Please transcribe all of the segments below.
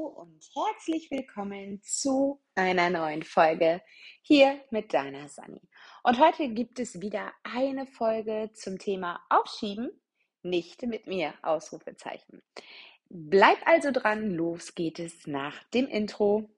und herzlich willkommen zu einer neuen Folge hier mit deiner Sanni. Und heute gibt es wieder eine Folge zum Thema Aufschieben, nicht mit mir, Ausrufezeichen. Bleib also dran, los geht es nach dem Intro.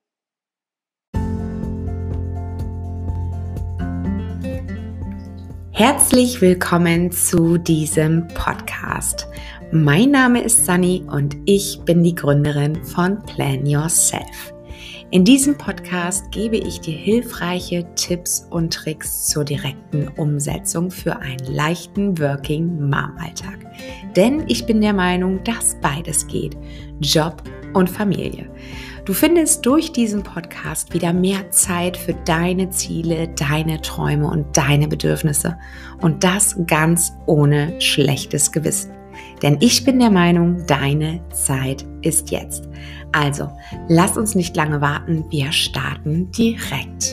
Herzlich willkommen zu diesem Podcast. Mein Name ist Sanni und ich bin die Gründerin von Plan Yourself. In diesem Podcast gebe ich dir hilfreiche Tipps und Tricks zur direkten Umsetzung für einen leichten Working Mom Alltag. Denn ich bin der Meinung, dass beides geht, Job und Familie. Du findest durch diesen Podcast wieder mehr Zeit für deine Ziele, deine Träume und deine Bedürfnisse. Und das ganz ohne schlechtes Gewissen. Denn ich bin der Meinung, deine Zeit ist jetzt. Also, lass uns nicht lange warten, wir starten direkt.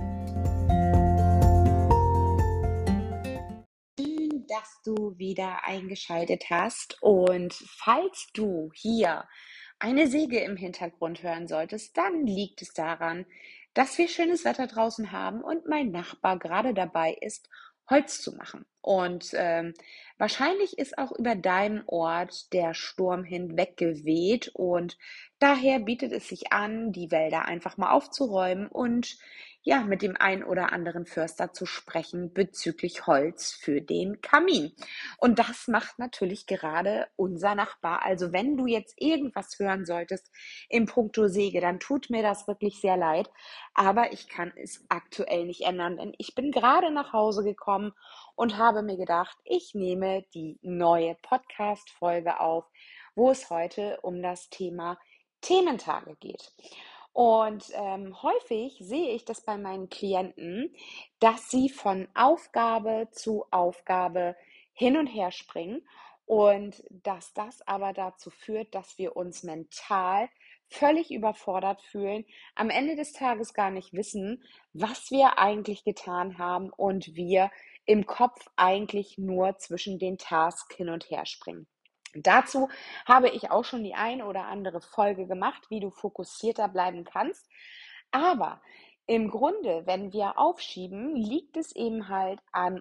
Schön, dass du wieder eingeschaltet hast und falls du hier eine Säge im Hintergrund hören solltest, dann liegt es daran, dass wir schönes Wetter draußen haben und mein Nachbar gerade dabei ist, Holz zu machen. Und wahrscheinlich ist auch über deinem Ort der Sturm hinweg geweht und daher bietet es sich an, die Wälder einfach mal aufzuräumen und ja, mit dem ein oder anderen Förster zu sprechen bezüglich Holz für den Kamin. Und das macht natürlich gerade unser Nachbar. Also wenn du jetzt irgendwas hören solltest im Puncto Säge, dann tut mir das wirklich sehr leid. Aber ich kann es aktuell nicht ändern, denn ich bin gerade nach Hause gekommen und habe mir gedacht, ich nehme die neue Podcast-Folge auf, wo es heute um das Thema Thementage geht. Und häufig sehe ich das bei meinen Klienten, dass sie von Aufgabe zu Aufgabe hin und her springen und dass das aber dazu führt, dass wir uns mental völlig überfordert fühlen, am Ende des Tages gar nicht wissen, was wir eigentlich getan haben und wir im Kopf eigentlich nur zwischen den Tasks hin und her springen. Dazu habe ich auch schon die ein oder andere Folge gemacht, wie du fokussierter bleiben kannst. Aber im Grunde, wenn wir aufschieben, liegt es eben halt an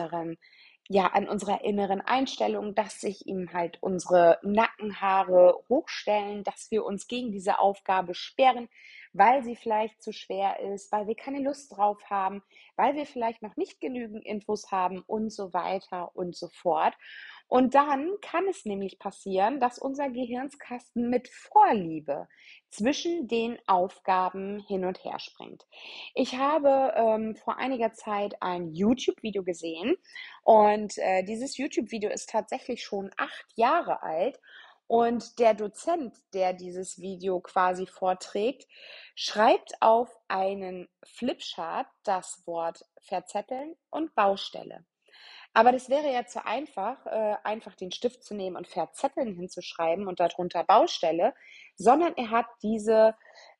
an unserer inneren Einstellung, dass sich eben halt unsere Nackenhaare hochstellen, dass wir uns gegen diese Aufgabe sperren, weil sie vielleicht zu schwer ist, weil wir keine Lust drauf haben, weil wir vielleicht noch nicht genügend Infos haben und so weiter und so fort. Und dann kann es nämlich passieren, dass unser Gehirnskasten mit Vorliebe zwischen den Aufgaben hin und her springt. Ich habe vor einiger Zeit ein YouTube-Video gesehen und dieses YouTube-Video ist tatsächlich schon 8 Jahre alt. Und der Dozent, der dieses Video quasi vorträgt, schreibt auf einen Flipchart das Wort verzetteln und Baustelle. Aber das wäre ja zu einfach, einfach den Stift zu nehmen und verzetteln hinzuschreiben und darunter Baustelle, sondern er hat diese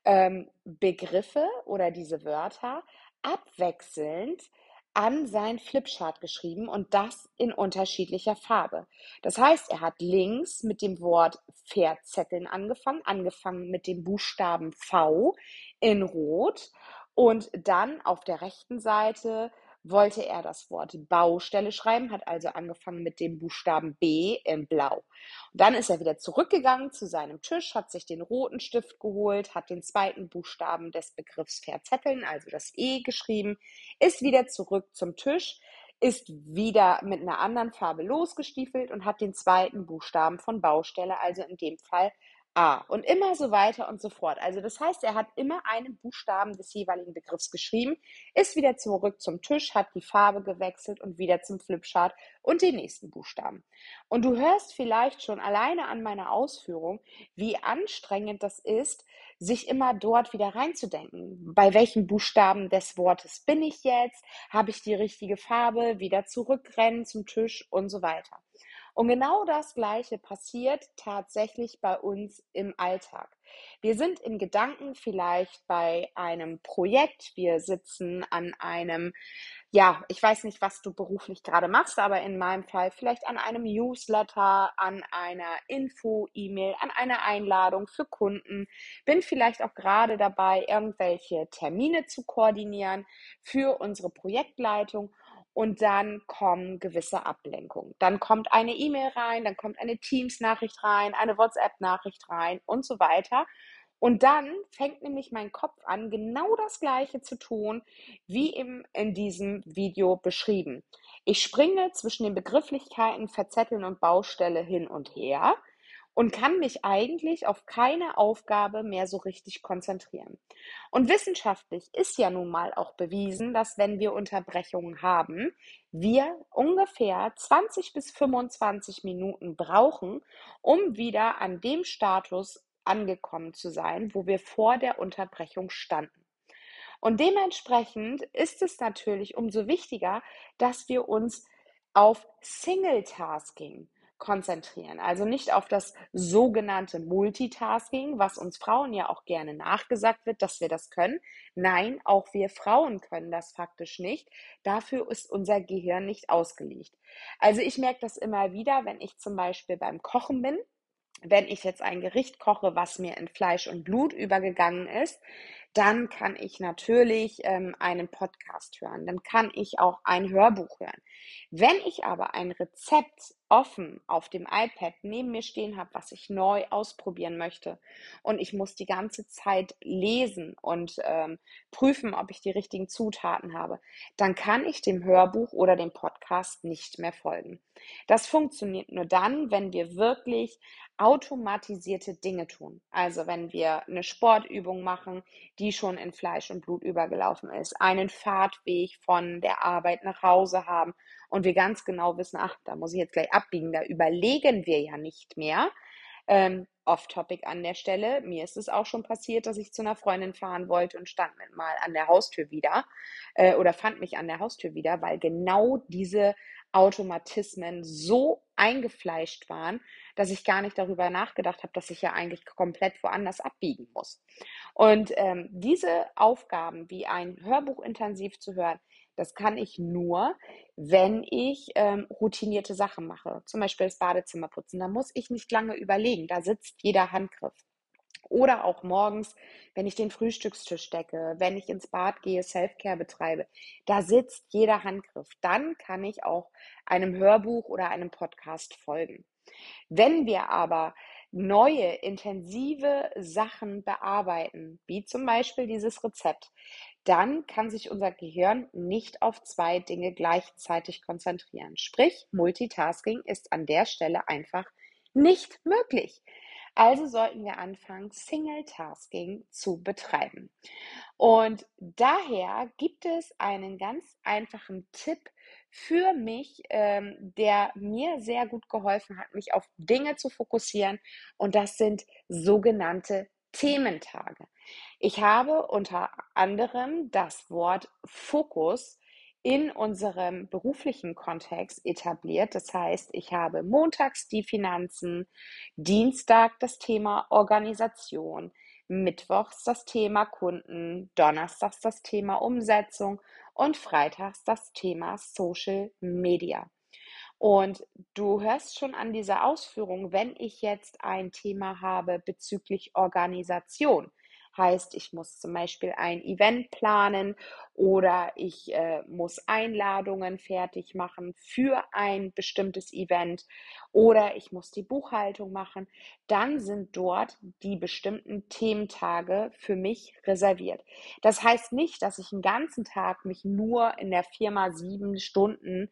Begriffe oder diese Wörter abwechselnd an sein Flipchart geschrieben und das in unterschiedlicher Farbe. Das heißt, er hat links mit dem Wort verzetteln angefangen mit dem Buchstaben V in Rot und dann auf der rechten Seite wollte er das Wort Baustelle schreiben, hat also angefangen mit dem Buchstaben B in Blau. Und dann ist er wieder zurückgegangen zu seinem Tisch, hat sich den roten Stift geholt, hat den zweiten Buchstaben des Begriffs verzetteln, also das E geschrieben, ist wieder zurück zum Tisch, ist wieder mit einer anderen Farbe losgestiefelt und hat den zweiten Buchstaben von Baustelle, also in dem Fall A. Und immer so weiter und so fort. Also das heißt, er hat immer einen Buchstaben des jeweiligen Begriffs geschrieben, ist wieder zurück zum Tisch, hat die Farbe gewechselt und wieder zum Flipchart und den nächsten Buchstaben. Und du hörst vielleicht schon alleine an meiner Ausführung, wie anstrengend das ist, sich immer dort wieder reinzudenken. Bei welchen Buchstaben des Wortes bin ich jetzt? Habe ich die richtige Farbe? Wieder zurückrennen zum Tisch und so weiter. Und genau das Gleiche passiert tatsächlich bei uns im Alltag. Wir sind in Gedanken vielleicht bei einem Projekt, wir sitzen an einem, ja, ich weiß nicht, was du beruflich gerade machst, aber in meinem Fall vielleicht an einem Newsletter, an einer Info-E-Mail, an einer Einladung für Kunden, bin vielleicht auch gerade dabei, irgendwelche Termine zu koordinieren für unsere Projektleitung. Und dann kommen gewisse Ablenkungen. Dann kommt eine E-Mail rein, dann kommt eine Teams-Nachricht rein, eine WhatsApp-Nachricht rein und so weiter. Und dann fängt nämlich mein Kopf an, genau das Gleiche zu tun, wie eben in diesem Video beschrieben. Ich springe zwischen den Begrifflichkeiten Verzetteln und Baustelle hin und her und kann mich eigentlich auf keine Aufgabe mehr so richtig konzentrieren. Und wissenschaftlich ist ja nun mal auch bewiesen, dass wenn wir Unterbrechungen haben, wir ungefähr 20 bis 25 Minuten brauchen, um wieder an dem Status angekommen zu sein, wo wir vor der Unterbrechung standen. Und dementsprechend ist es natürlich umso wichtiger, dass wir uns auf Single-Tasking konzentrieren. Also nicht auf das sogenannte Multitasking, was uns Frauen ja auch gerne nachgesagt wird, dass wir das können. Nein, auch wir Frauen können das faktisch nicht. Dafür ist unser Gehirn nicht ausgelegt. Also ich merke das immer wieder, wenn ich zum Beispiel beim Kochen bin, wenn ich jetzt ein Gericht koche, was mir in Fleisch und Blut übergegangen ist, dann kann ich natürlich einen Podcast hören, dann kann ich auch ein Hörbuch hören. Wenn ich aber ein Rezept offen auf dem iPad neben mir stehen habe, was ich neu ausprobieren möchte und ich muss die ganze Zeit lesen und prüfen, ob ich die richtigen Zutaten habe, dann kann ich dem Hörbuch oder dem Podcast nicht mehr folgen. Das funktioniert nur dann, wenn wir wirklich automatisierte Dinge tun. Also wenn wir eine Sportübung machen, die schon in Fleisch und Blut übergelaufen ist, einen Fahrtweg von der Arbeit nach Hause haben und wir ganz genau wissen, ach, da muss ich jetzt gleich abbiegen, da überlegen wir ja nicht mehr. Off-Topic an der Stelle. Mir ist es auch schon passiert, dass ich zu einer Freundin fahren wollte und stand mit mal an der Haustür wieder oder fand mich an der Haustür wieder, weil genau diese Automatismen so eingefleischt waren, dass ich gar nicht darüber nachgedacht habe, dass ich ja eigentlich komplett woanders abbiegen muss. Und diese Aufgaben, wie ein Hörbuch intensiv zu hören, das kann ich nur, wenn ich routinierte Sachen mache. Zum Beispiel das Badezimmer putzen. Da muss ich nicht lange überlegen. Da sitzt jeder Handgriff. Oder auch morgens, wenn ich den Frühstückstisch decke, wenn ich ins Bad gehe, Selfcare betreibe, da sitzt jeder Handgriff. Dann kann ich auch einem Hörbuch oder einem Podcast folgen. Wenn wir aber neue, intensive Sachen bearbeiten, wie zum Beispiel dieses Rezept, dann kann sich unser Gehirn nicht auf zwei Dinge gleichzeitig konzentrieren. Sprich, Multitasking ist an der Stelle einfach nicht möglich. Also sollten wir anfangen, Single-Tasking zu betreiben. Und daher gibt es einen ganz einfachen Tipp für mich, der mir sehr gut geholfen hat, mich auf Dinge zu fokussieren. Und das sind sogenannte Thementage. Ich habe unter anderem das Wort Fokus in unserem beruflichen Kontext etabliert. Das heißt, ich habe montags die Finanzen, Dienstag das Thema Organisation, mittwochs das Thema Kunden, donnerstags das Thema Umsetzung und freitags das Thema Social Media. Und du hörst schon an dieser Ausführung, wenn ich jetzt ein Thema habe bezüglich Organisation, heißt, ich muss zum Beispiel ein Event planen oder ich muss Einladungen fertig machen für ein bestimmtes Event oder ich muss die Buchhaltung machen, dann sind dort die bestimmten Thementage für mich reserviert. Das heißt nicht, dass ich einen ganzen Tag mich nur in der Firma 7 Stunden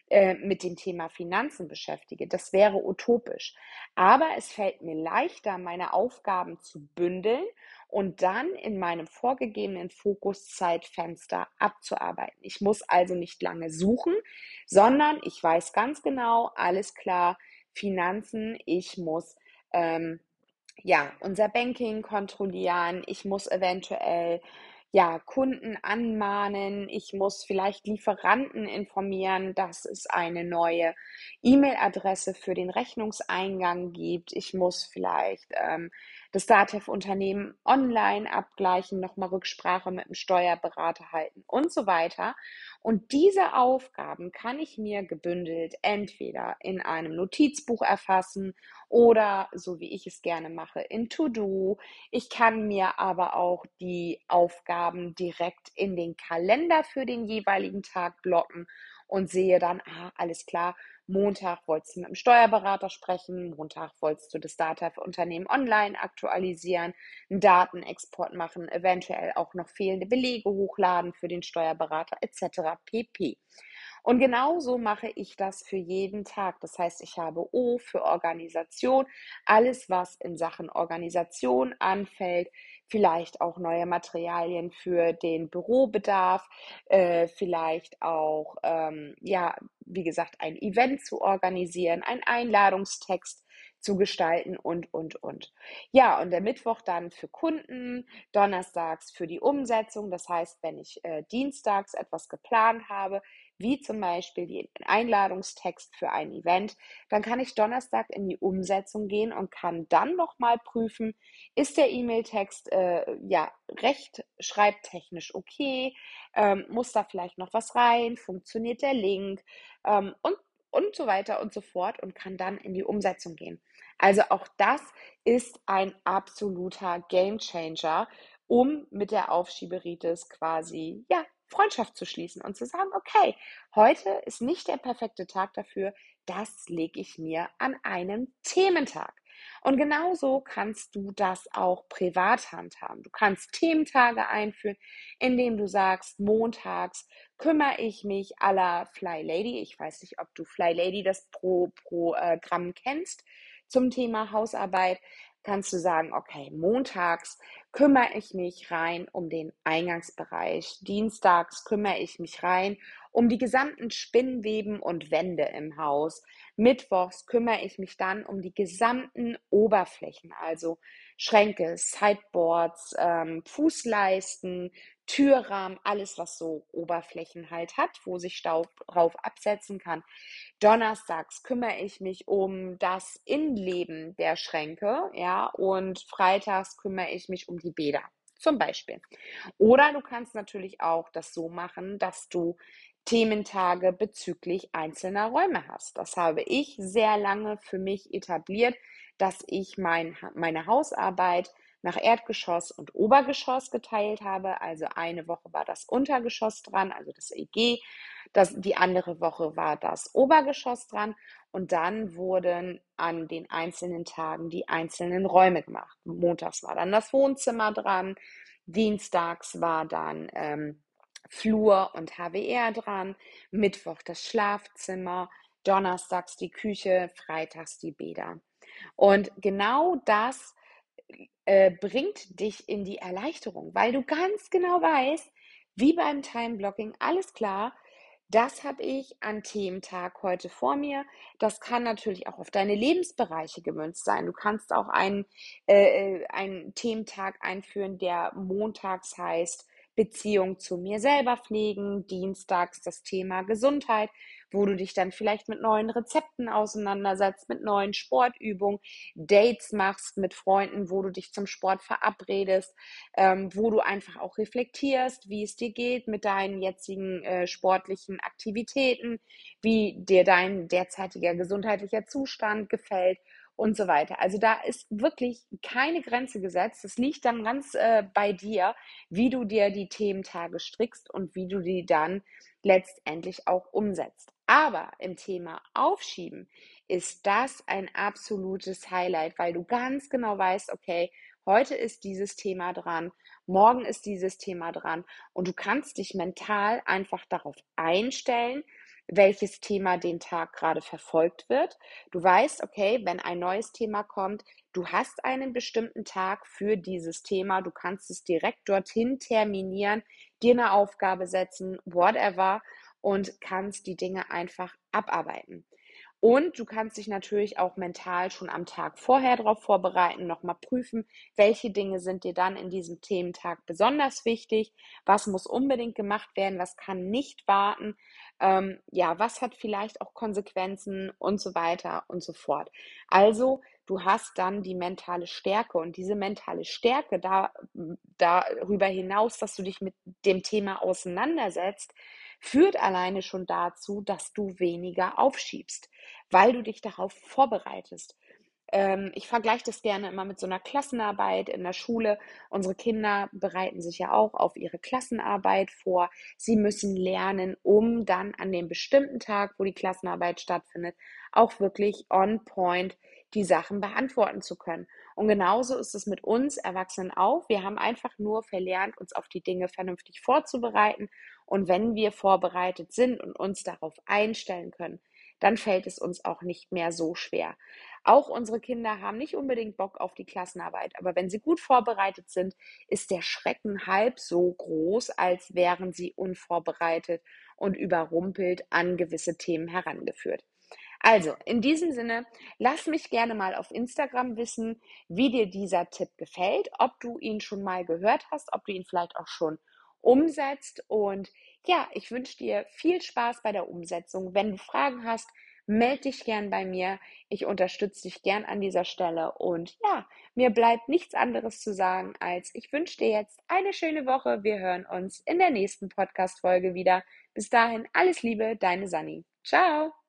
mit dem Thema Finanzen beschäftige. Das wäre utopisch. Aber es fällt mir leichter, meine Aufgaben zu bündeln und dann in meinem vorgegebenen Fokuszeitfenster abzuarbeiten. Ich muss also nicht lange suchen, sondern ich weiß ganz genau, alles klar, Finanzen, ich muss ja, unser Banking kontrollieren. Ich muss eventuell ja, Kunden anmahnen, ich muss vielleicht Lieferanten informieren, dass es eine neue E-Mail-Adresse für den Rechnungseingang gibt. Ich muss vielleicht das Datev-Unternehmen online abgleichen, nochmal Rücksprache mit dem Steuerberater halten und so weiter. Und diese Aufgaben kann ich mir gebündelt entweder in einem Notizbuch erfassen oder, so wie ich es gerne mache, in To-Do. Ich kann mir aber auch die Aufgaben direkt in den Kalender für den jeweiligen Tag blocken und sehe dann, alles klar, Montag wolltest du mit dem Steuerberater sprechen, Montag wolltest du das Data-Unternehmen online aktualisieren, einen Datenexport machen, eventuell auch noch fehlende Belege hochladen für den Steuerberater etc. pp. Und genauso mache ich das für jeden Tag. Das heißt, ich habe O für Organisation, alles, was in Sachen Organisation anfällt, vielleicht auch neue Materialien für den Bürobedarf, vielleicht auch, ja, wie gesagt, ein Event zu organisieren, einen Einladungstext zu gestalten und. Ja, und der Mittwoch dann für Kunden, donnerstags für die Umsetzung. Das heißt, wenn ich dienstags etwas geplant habe, wie zum Beispiel den Einladungstext für ein Event, dann kann ich Donnerstag in die Umsetzung gehen und kann dann nochmal prüfen, ist der E-Mail-Text ja rechtschreibtechnisch okay, muss da vielleicht noch was rein, funktioniert der Link und so weiter und so fort und kann dann in die Umsetzung gehen. Also auch das ist ein absoluter Gamechanger, um mit der Aufschieberitis quasi, ja, Freundschaft zu schließen und zu sagen, okay, heute ist nicht der perfekte Tag dafür, das lege ich mir an einen Thementag. Und genauso kannst du das auch privat handhaben. Du kannst Thementage einführen, indem du sagst, montags kümmere ich mich à la Fly Lady. Ich weiß nicht, ob du Fly Lady das Programm kennst zum Thema Hausarbeit. Kannst du sagen, okay, montags kümmere ich mich rein um den Eingangsbereich. Dienstags kümmere ich mich rein um die gesamten Spinnweben und Wände im Haus. Mittwochs kümmere ich mich dann um die gesamten Oberflächen, also Schränke, Sideboards, Fußleisten, Türrahmen, alles, was so Oberflächen halt hat, wo sich Staub drauf absetzen kann. Donnerstags kümmere ich mich um das Innenleben der Schränke, ja, und freitags kümmere ich mich um die Bäder, zum Beispiel. Oder du kannst natürlich auch das so machen, dass du Thementage bezüglich einzelner Räume hast. Das habe ich sehr lange für mich etabliert, dass ich meine Hausarbeit nach Erdgeschoss und Obergeschoss geteilt habe. Also eine Woche war das Untergeschoss dran, also das EG. Die andere Woche war das Obergeschoss dran. Und dann wurden an den einzelnen Tagen die einzelnen Räume gemacht. Montags war dann das Wohnzimmer dran, dienstags war dann Flur und HWR dran, Mittwoch das Schlafzimmer, donnerstags die Küche, freitags die Bäder. Und genau das bringt dich in die Erleichterung, weil du ganz genau weißt, wie beim Time-Blocking, alles klar, das habe ich an Thementag heute vor mir. Das kann natürlich auch auf deine Lebensbereiche gemünzt sein. Du kannst auch einen Thementag einführen, der montags heißt Beziehung zu mir selber pflegen, dienstags das Thema Gesundheit, wo du dich dann vielleicht mit neuen Rezepten auseinandersetzt, mit neuen Sportübungen, Dates machst mit Freunden, wo du dich zum Sport verabredest, wo du einfach auch reflektierst, wie es dir geht mit deinen jetzigen sportlichen Aktivitäten, wie dir dein derzeitiger gesundheitlicher Zustand gefällt und so weiter. Also da ist wirklich keine Grenze gesetzt. Es liegt dann ganz bei dir, wie du dir die Thementage strickst und wie du die dann letztendlich auch umsetzt. Aber im Thema Aufschieben ist das ein absolutes Highlight, weil du ganz genau weißt, okay, heute ist dieses Thema dran, morgen ist dieses Thema dran und du kannst dich mental einfach darauf einstellen, welches Thema den Tag gerade verfolgt wird. Du weißt, okay, wenn ein neues Thema kommt, du hast einen bestimmten Tag für dieses Thema, du kannst es direkt dorthin terminieren, dir eine Aufgabe setzen, whatever, und kannst die Dinge einfach abarbeiten. Und du kannst dich natürlich auch mental schon am Tag vorher darauf vorbereiten, nochmal prüfen, welche Dinge sind dir dann in diesem Thementag besonders wichtig, was muss unbedingt gemacht werden, was kann nicht warten, ja, was hat vielleicht auch Konsequenzen und so weiter und so fort. Also, du hast dann die mentale Stärke und diese mentale Stärke darüber hinaus, dass du dich mit dem Thema auseinandersetzt, führt alleine schon dazu, dass du weniger aufschiebst, weil du dich darauf vorbereitest. Ich vergleiche das gerne immer mit so einer Klassenarbeit in der Schule. Unsere Kinder bereiten sich ja auch auf ihre Klassenarbeit vor. Sie müssen lernen, um dann an dem bestimmten Tag, wo die Klassenarbeit stattfindet, auch wirklich on point die Sachen beantworten zu können. Und genauso ist es mit uns Erwachsenen auch. Wir haben einfach nur verlernt, uns auf die Dinge vernünftig vorzubereiten. Und wenn wir vorbereitet sind und uns darauf einstellen können, dann fällt es uns auch nicht mehr so schwer. Auch unsere Kinder haben nicht unbedingt Bock auf die Klassenarbeit, aber wenn sie gut vorbereitet sind, ist der Schrecken halb so groß, als wären sie unvorbereitet und überrumpelt an gewisse Themen herangeführt. Also, in diesem Sinne, lass mich gerne mal auf Instagram wissen, wie dir dieser Tipp gefällt, ob du ihn schon mal gehört hast, ob du ihn vielleicht auch schon umsetzt. Und ja, ich wünsche dir viel Spaß bei der Umsetzung. Wenn du Fragen hast, melde dich gern bei mir. Ich unterstütze dich gern an dieser Stelle. Und ja, mir bleibt nichts anderes zu sagen, als ich wünsche dir jetzt eine schöne Woche. Wir hören uns in der nächsten Podcast-Folge wieder. Bis dahin, alles Liebe, deine Sanni. Ciao!